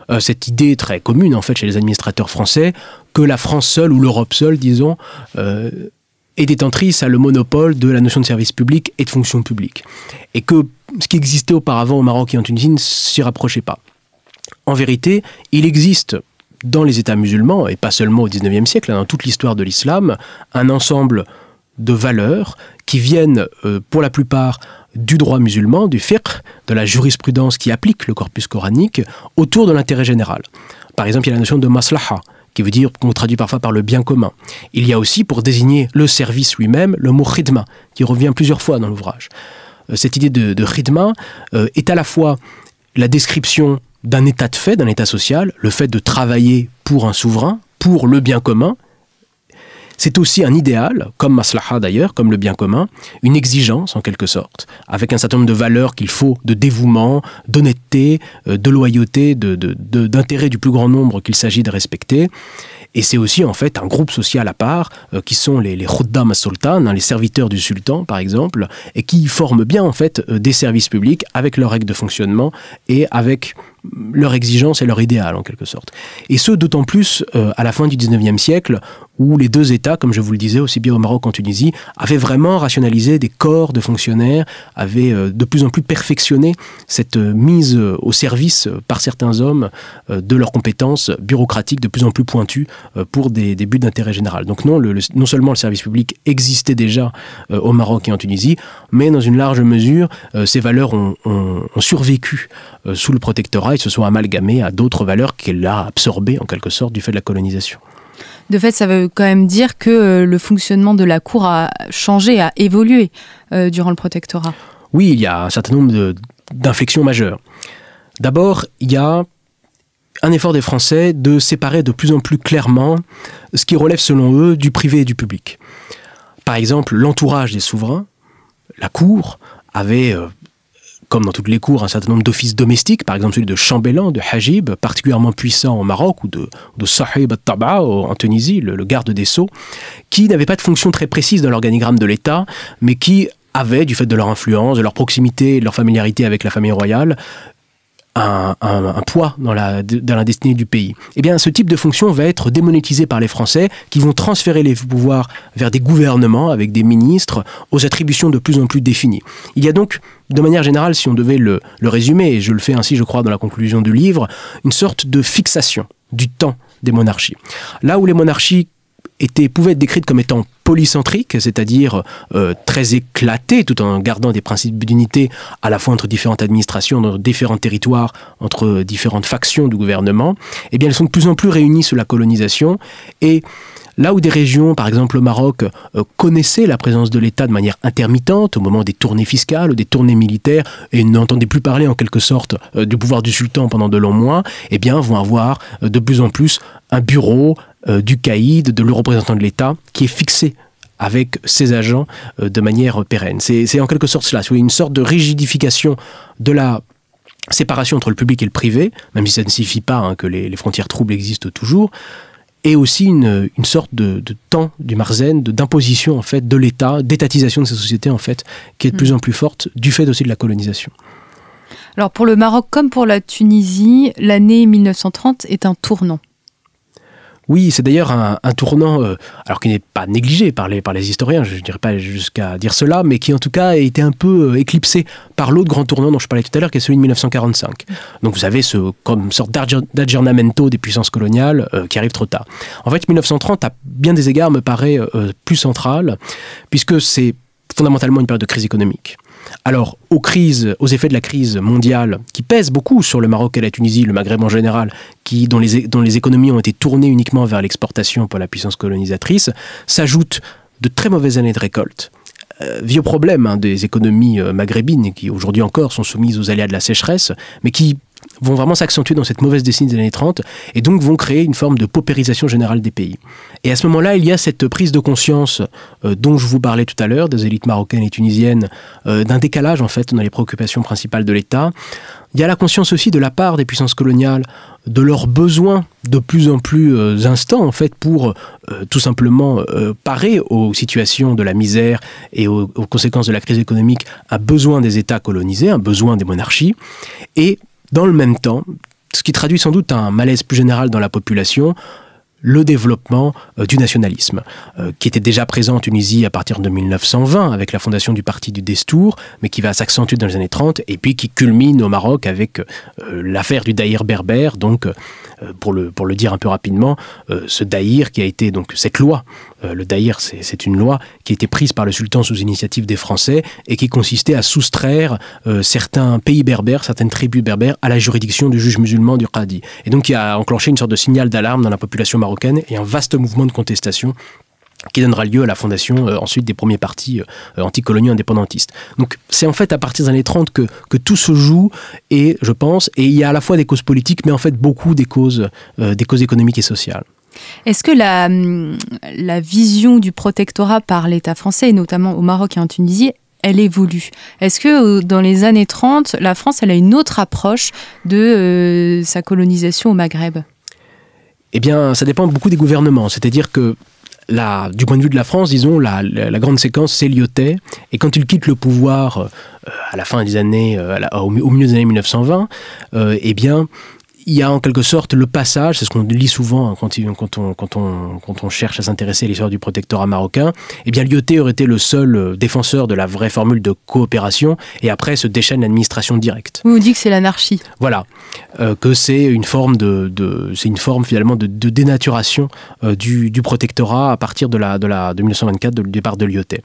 euh, cette idée très commune en fait chez les administrateurs français que la France seule ou l'Europe seule, disons, euh, est détentrice, a le monopole de la notion de service public et de fonction publique. Et que ce qui existait auparavant au Maroc et en Tunisie ne s'y rapprochait pas. En vérité, il existe dans les États musulmans, et pas seulement au dix-neuvième siècle, dans toute l'histoire de l'islam, un ensemble de valeurs qui viennent euh, pour la plupart du droit musulman, du fiqh, de la jurisprudence qui applique le corpus coranique autour de l'intérêt général. Par exemple, il y a la notion de maslaha, qui veut dire, qu'on traduit parfois par le bien commun. Il y a aussi, pour désigner le service lui-même, le mot khidma, qui revient plusieurs fois dans l'ouvrage. Euh, cette idée de, de khidma euh, est à la fois la description d'un état de fait, d'un état social, le fait de travailler pour un souverain, pour le bien commun. C'est aussi un idéal, comme maslaha d'ailleurs, comme le bien commun, une exigence en quelque sorte, avec un certain nombre de valeurs qu'il faut, de dévouement, d'honnêteté, de loyauté, de, de, de, d'intérêt du plus grand nombre qu'il s'agit de respecter. Et c'est aussi en fait un groupe social à part, euh, qui sont les, les khuddam as-sultan, hein, les serviteurs du sultan par exemple, et qui forment bien en fait euh, des services publics avec leurs règles de fonctionnement et avec leur exigence et leur idéal en quelque sorte. Et ce d'autant plus euh, à la fin du dix-neuvième siècle où les deux États, comme je vous le disais, aussi bien au Maroc qu'en Tunisie, avaient vraiment rationalisé des corps de fonctionnaires, avaient euh, de plus en plus perfectionné cette euh, mise euh, au service euh, par certains hommes euh, de leurs compétences bureaucratiques de plus en plus pointues euh, pour des, des buts d'intérêt général. Donc non, le, le, non seulement le service public existait déjà euh, au Maroc et en Tunisie, mais dans une large mesure, euh, ces valeurs ont, ont, ont survécu euh, sous le protectorat et se sont amalgamées à d'autres valeurs qu'elle a absorbées en quelque sorte du fait de la colonisation. De fait, ça veut quand même dire que euh, le fonctionnement de la cour a changé, a évolué euh, durant le protectorat. Oui, il y a un certain nombre de, d'inflexions majeures. D'abord, il y a un effort des Français de séparer de plus en plus clairement ce qui relève selon eux du privé et du public. Par exemple, l'entourage des souverains, la cour, avait... Euh, comme dans toutes les cours, un certain nombre d'offices domestiques, par exemple celui de chambellan, de hajib, particulièrement puissant au Maroc, ou de, de sahib al-taba en Tunisie, le, le garde des sceaux, qui n'avaient pas de fonction très précise dans l'organigramme de l'État, mais qui avaient, du fait de leur influence, de leur proximité, de leur familiarité avec la famille royale, un, un, un poids dans la, dans la destinée du pays. Eh bien, ce type de fonction va être démonétisé par les Français, qui vont transférer les pouvoirs vers des gouvernements, avec des ministres, aux attributions de plus en plus définies. Il y a donc, de manière générale, si on devait le, le résumer, et je le fais ainsi, je crois, dans la conclusion du livre, une sorte de fixation du temps des monarchies. Là où les monarchies étaient, pouvaient être décrites comme étant polycentriques, c'est-à-dire euh, très éclatées, tout en gardant des principes d'unité à la fois entre différentes administrations, dans différents territoires, entre différentes factions du gouvernement, eh bien elles sont de plus en plus réunies sous la colonisation. Et là où des régions, par exemple au Maroc, euh, connaissaient la présence de l'État de manière intermittente, au moment des tournées fiscales ou des tournées militaires, et n'entendaient plus parler en quelque sorte euh, du pouvoir du sultan pendant de longs mois, eh bien vont avoir euh, de plus en plus un bureau euh, du caïd, de le représentant de l'État, qui est fixé avec ses agents euh, de manière pérenne. C'est, c'est en quelque sorte cela, c'est une sorte de rigidification de la séparation entre le public et le privé, même si ça ne signifie pas hein, que les, les frontières troubles existent toujours, et aussi une, une sorte de, de temps du marzen, de, d'imposition en fait de l'État, d'étatisation de ces sociétés en fait, qui est de plus en plus forte du fait aussi de la colonisation. Alors pour le Maroc comme pour la Tunisie, l'année mille neuf cent trente est un tournant. Oui, c'est d'ailleurs un, un tournant, euh, alors qui n'est pas négligé par les, par les historiens, je ne dirais pas jusqu'à dire cela, mais qui en tout cas a été un peu euh, éclipsé par l'autre grand tournant dont je parlais tout à l'heure, qui est celui de mille neuf cent quarante-cinq. Donc vous avez ce, comme une sorte d'aggiornamento des puissances coloniales euh, qui arrive trop tard. En fait, mille neuf cent trente, à bien des égards, me paraît euh, plus central, puisque c'est fondamentalement une période de crise économique. Alors, aux crises, aux effets de la crise mondiale, qui pèsent beaucoup sur le Maroc et la Tunisie, le Maghreb en général, qui, dont, les, dont les économies ont été tournées uniquement vers l'exportation pour la puissance colonisatrice, s'ajoutent de très mauvaises années de récolte. Euh, vieux problème hein, des économies euh, maghrébines, qui aujourd'hui encore sont soumises aux aléas de la sécheresse, mais qui vont vraiment s'accentuer dans cette mauvaise décennie des années trente et donc vont créer une forme de paupérisation générale des pays. Et à ce moment-là, il y a cette prise de conscience euh, dont je vous parlais tout à l'heure, des élites marocaines et tunisiennes, euh, d'un décalage en fait dans les préoccupations principales de l'État. Il y a la conscience aussi de la part des puissances coloniales de leurs besoins de plus en plus euh, instants en fait pour euh, tout simplement euh, parer aux situations de la misère et aux, aux conséquences de la crise économique, un besoin des États colonisés, un besoin des monarchies. Et dans le même temps, ce qui traduit sans doute un malaise plus général dans la population, le développement euh, du nationalisme, euh, qui était déjà présent en Tunisie à partir de mille neuf cent vingt avec la fondation du parti du Destour, mais qui va s'accentuer dans les années trente, et puis qui culmine au Maroc avec euh, l'affaire du Daïr berbère, donc euh, pour, le, pour le dire un peu rapidement, euh, ce Daïr qui a été, donc cette loi, euh, le Daïr c'est, c'est une loi qui a été prise par le sultan sous initiative des Français et qui consistait à soustraire euh, certains pays berbères, certaines tribus berbères à la juridiction du juge musulman du Qadi. Et donc qui a enclenché une sorte de signal d'alarme dans la population marocaine et un vaste mouvement de contestation qui donnera lieu à la fondation euh, ensuite des premiers partis euh, anticoloniaux indépendantistes. Donc c'est en fait à partir des années trente que, que tout se joue, et je pense, et il y a à la fois des causes politiques, mais en fait beaucoup des causes, euh, des causes économiques et sociales. Est-ce que la, la vision du protectorat par l'État français, et notamment au Maroc et en Tunisie, elle évolue? Est-ce que dans les années trente, la France elle a une autre approche de euh, sa colonisation au Maghreb? Eh bien, ça dépend beaucoup des gouvernements. C'est-à-dire que La, du point de vue de la France, disons, la, la, la grande séquence, c'est Lyautey. Et quand il quitte le pouvoir euh, à la fin des années, euh, à la, au, au milieu des années mille neuf cent vingt, euh, eh bien, il y a en quelque sorte le passage, c'est ce qu'on lit souvent quand, il, quand, on, quand, on, quand on cherche à s'intéresser à l'histoire du protectorat marocain, eh bien Lyautey aurait été le seul défenseur de la vraie formule de coopération, et après se déchaîne l'administration directe. On dit que c'est l'anarchie. Voilà, euh, que c'est une forme, de, de, c'est une forme finalement de, de dénaturation euh, du, du protectorat à partir de, la, de, la, de mille neuf cent vingt-quatre, du départ de Lyautey.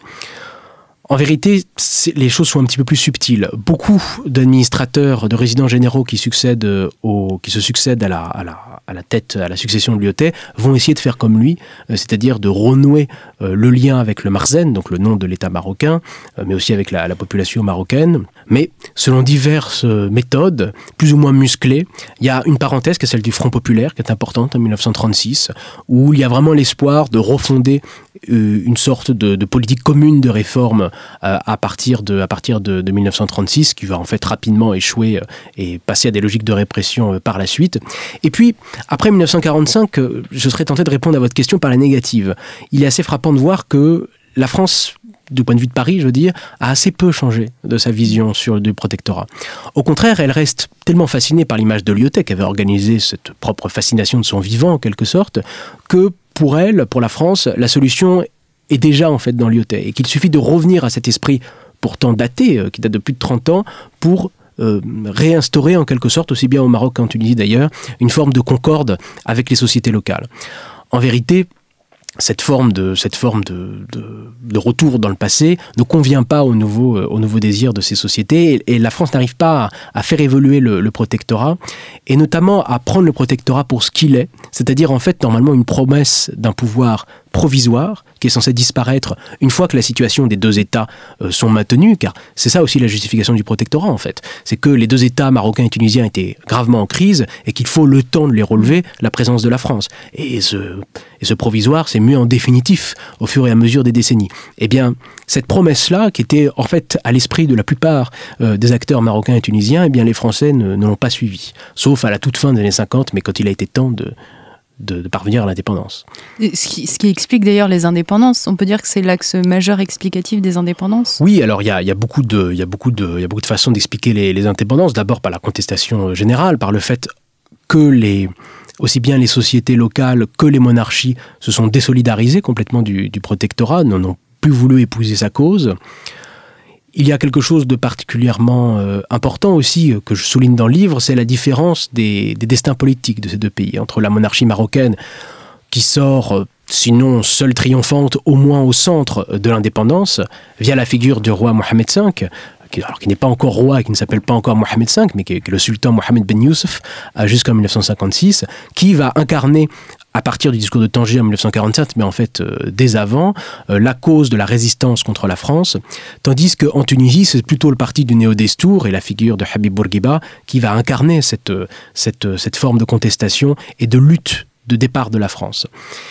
En vérité, les choses sont un petit peu plus subtiles. Beaucoup d'administrateurs, de résidents généraux qui, succèdent au, qui se succèdent à la, à, la, à la tête, à la succession de Lyautey, vont essayer de faire comme lui, c'est-à-dire de renouer le lien avec le Marzen, donc le nom de l'État marocain, mais aussi avec la, la population marocaine. Mais selon diverses méthodes, plus ou moins musclées, il y a une parenthèse qui est celle du Front populaire, qui est importante en mille neuf cent trente-six, où il y a vraiment l'espoir de refonder une sorte de, de politique commune de réforme à partir de, à partir de, de mille neuf cent trente-six, qui va en fait rapidement échouer et passer à des logiques de répression par la suite. Et puis, après mille neuf cent quarante-cinq, je serais tenté de répondre à votre question par la négative. Il est assez frappant de voir que la France, du point de vue de Paris, je veux dire, a assez peu changé de sa vision sur le protectorat. Au contraire, elle reste tellement fascinée par l'image de Lyautey, qui avait organisé cette propre fascination de son vivant, en quelque sorte, que pour elle, pour la France, la solution est déjà en fait dans Lyautey, et qu'il suffit de revenir à cet esprit pourtant daté, euh, qui date de plus de trente ans, pour euh, réinstaurer en quelque sorte, aussi bien au Maroc qu'en Tunisie d'ailleurs, une forme de concorde avec les sociétés locales. En vérité, cette forme de, cette forme de, de, de retour dans le passé ne convient pas au nouveau, au nouveau désir de ces sociétés, et, et la France n'arrive pas à, à faire évoluer le, le protectorat, et notamment à prendre le protectorat pour ce qu'il est, c'est-à-dire en fait normalement une promesse d'un pouvoir provisoire qui est censé disparaître une fois que la situation des deux États euh, sont maintenues, car c'est ça aussi la justification du protectorat en fait, c'est que les deux États marocains et tunisiens étaient gravement en crise et qu'il faut le temps de les relever, la présence de la France. Et ce, et ce provisoire s'est mué en définitif au fur et à mesure des décennies. Eh bien, cette promesse-là, qui était en fait à l'esprit de la plupart euh, des acteurs marocains et tunisiens, eh bien les Français ne, ne l'ont pas suivi, sauf à la toute fin des années cinquante, mais quand il a été temps de De, de parvenir à l'indépendance. Ce qui, ce qui explique d'ailleurs les indépendances. On peut dire que c'est l'axe majeur explicatif des indépendances. Oui, alors il y a, y a beaucoup de, il y a beaucoup de, il y a beaucoup de façons d'expliquer les, les indépendances. D'abord par la contestation générale, par le fait que les, aussi bien les sociétés locales que les monarchies se sont désolidarisées complètement du, du protectorat, n'ont plus voulu épouser sa cause. Il y a quelque chose de particulièrement euh, important aussi, euh, que je souligne dans le livre, c'est la différence des, des destins politiques de ces deux pays. Entre la monarchie marocaine, qui sort, euh, sinon seule triomphante, au moins au centre de l'indépendance, via la figure du roi Mohamed cinq, qui, alors, qui n'est pas encore roi et qui ne s'appelle pas encore Mohamed cinq, mais qui est, qui est le sultan Mohamed Ben Youssef, euh, jusqu'en mille neuf cent cinquante-six, qui va incarner, à partir du discours de Tanger en mille neuf cent quarante-sept, mais en fait euh, dès avant, euh, la cause de la résistance contre la France, tandis qu'en Tunisie, c'est plutôt le parti du Néo-Destour et la figure de Habib Bourguiba qui va incarner cette, cette, cette forme de contestation et de lutte de départ de la France.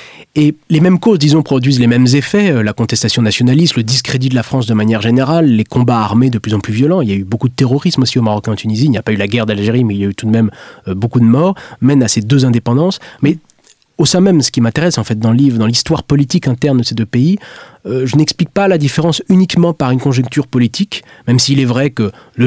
Et les mêmes causes, disons, produisent les mêmes effets, la contestation nationaliste, le discrédit de la France de manière générale, les combats armés de plus en plus violents. Il y a eu beaucoup de terrorisme aussi au Maroc et en Tunisie. Il n'y a pas eu la guerre d'Algérie, mais il y a eu tout de même euh, beaucoup de morts, mènent à ces deux indépendances. Mais au sein même, ce qui m'intéresse en fait dans le livre, dans l'histoire politique interne de ces deux pays, euh, je n'explique pas la différence uniquement par une conjoncture politique, même s'il est vrai que le génie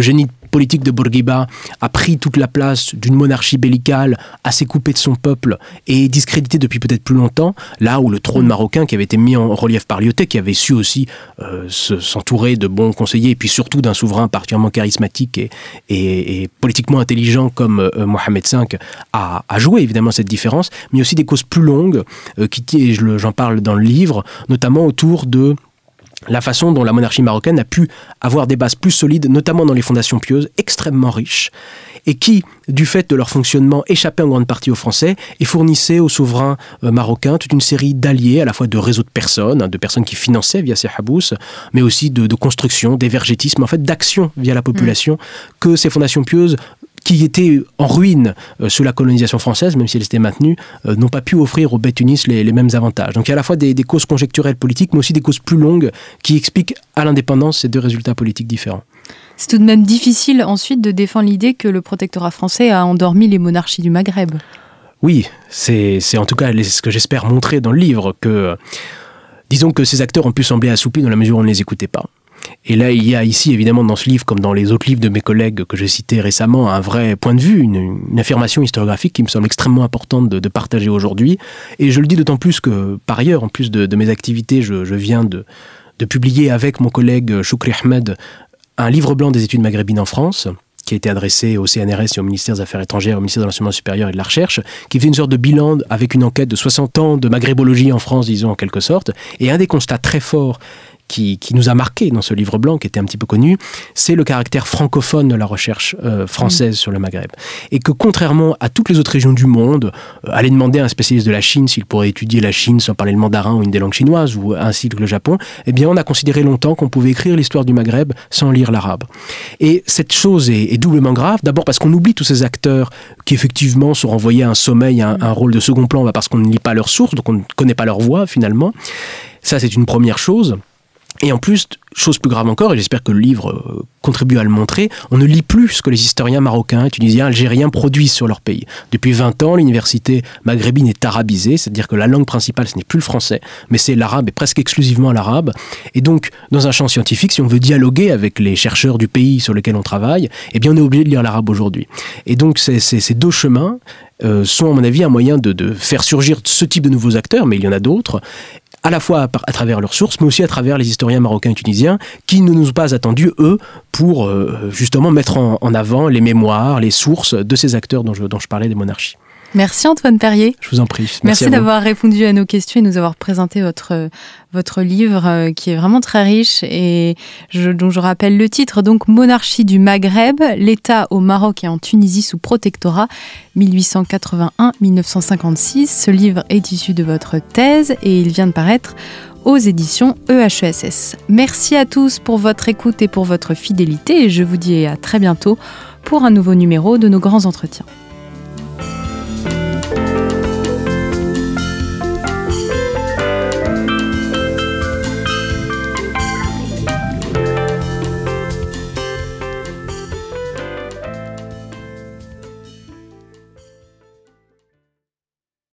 politique de Bourguiba a pris toute la place d'une monarchie bellicale assez coupée de son peuple et discréditée depuis peut-être plus longtemps, là où le trône marocain qui avait été mis en relief par Lyautey, qui avait su aussi euh, se, s'entourer de bons conseillers et puis surtout d'un souverain particulièrement charismatique et, et, et politiquement intelligent comme euh, Mohamed cinq, a, a joué évidemment cette différence, mais aussi des causes plus longues euh, qui, et je, j'en parle dans le livre, notamment autour de la façon dont la monarchie marocaine a pu avoir des bases plus solides, notamment dans les fondations pieuses, extrêmement riches, et qui, du fait de leur fonctionnement, échappaient en grande partie aux Français et fournissaient aux souverains euh, marocains toute une série d'alliés, à la fois de réseaux de personnes, hein, de personnes qui finançaient via ces habous, mais aussi de, de construction, d'évergétisme, en fait d'action via la population, mmh. que ces fondations pieuses qui étaient en ruine euh, sous la colonisation française, même si elles étaient maintenues, euh, n'ont pas pu offrir aux Beth-Tunis les, les mêmes avantages. Donc il y a à la fois des, des causes conjecturelles politiques, mais aussi des causes plus longues qui expliquent à l'indépendance ces deux résultats politiques différents. C'est tout de même difficile ensuite de défendre l'idée que le protectorat français a endormi les monarchies du Maghreb. Oui, c'est, c'est en tout cas ce que j'espère montrer dans le livre, que disons que ces acteurs ont pu sembler assoupis dans la mesure où on ne les écoutait pas. Et là, il y a ici, évidemment, dans ce livre, comme dans les autres livres de mes collègues que j'ai cités récemment, un vrai point de vue, une, une affirmation historiographique qui me semble extrêmement importante de, de partager aujourd'hui. Et je le dis d'autant plus que, par ailleurs, en plus de, de mes activités, je, je viens de, de publier avec mon collègue Choukri Ahmed un livre blanc des études maghrébines en France, qui a été adressé au C N R S et au ministère des Affaires étrangères, au ministère de l'Enseignement supérieur et de la Recherche, qui fait une sorte de bilan avec une enquête de soixante ans de maghrébologie en France, disons en quelque sorte. Et un des constats très forts Qui, qui nous a marqué dans ce livre blanc, qui était un petit peu connu, c'est le caractère francophone de la recherche euh, française mmh. sur le Maghreb. Et que contrairement à toutes les autres régions du monde, euh, aller demander à un spécialiste de la Chine s'il pourrait étudier la Chine sans parler le mandarin ou une des langues chinoises, ou ainsi que le Japon, eh bien on a considéré longtemps qu'on pouvait écrire l'histoire du Maghreb sans lire l'arabe. Et cette chose est, est doublement grave, d'abord parce qu'on oublie tous ces acteurs qui effectivement sont renvoyés à un sommeil, à un, à un rôle de second plan, bah parce qu'on ne lit pas leurs sources, donc on ne connaît pas leur voix finalement. Ça, c'est une première chose. Et en plus, chose plus grave encore, et j'espère que le livre euh, contribue à le montrer, on ne lit plus ce que les historiens marocains, tunisiens, algériens produisent sur leur pays. Depuis vingt ans, l'université maghrébine est arabisée, c'est-à-dire que la langue principale, ce n'est plus le français, mais c'est l'arabe et presque exclusivement l'arabe. Et donc, dans un champ scientifique, si on veut dialoguer avec les chercheurs du pays sur lequel on travaille, eh bien on est obligé de lire l'arabe aujourd'hui. Et donc, c'est, c'est, ces deux chemins euh, sont, à mon avis, un moyen de, de faire surgir ce type de nouveaux acteurs, mais il y en a d'autres, à la fois à, à travers leurs sources, mais aussi à travers les historiens marocains et tunisiens, qui ne nous ont pas attendus, eux, pour euh, justement mettre en, en avant les mémoires, les sources de ces acteurs dont je, dont je parlais des monarchies. Merci Antoine Perrier. Je vous en prie. Merci, Merci d'avoir répondu à nos questions et nous avoir présenté votre, votre livre euh, qui est vraiment très riche et je, dont je rappelle le titre, donc Monarchie du Maghreb, l'État au Maroc et en Tunisie sous protectorat mille huit cent quatre-vingt-un à mille neuf cent cinquante-six. Ce livre est issu de votre thèse et il vient de paraître aux éditions E H E S S. Merci à tous pour votre écoute et pour votre fidélité et je vous dis à très bientôt pour un nouveau numéro de nos grands entretiens.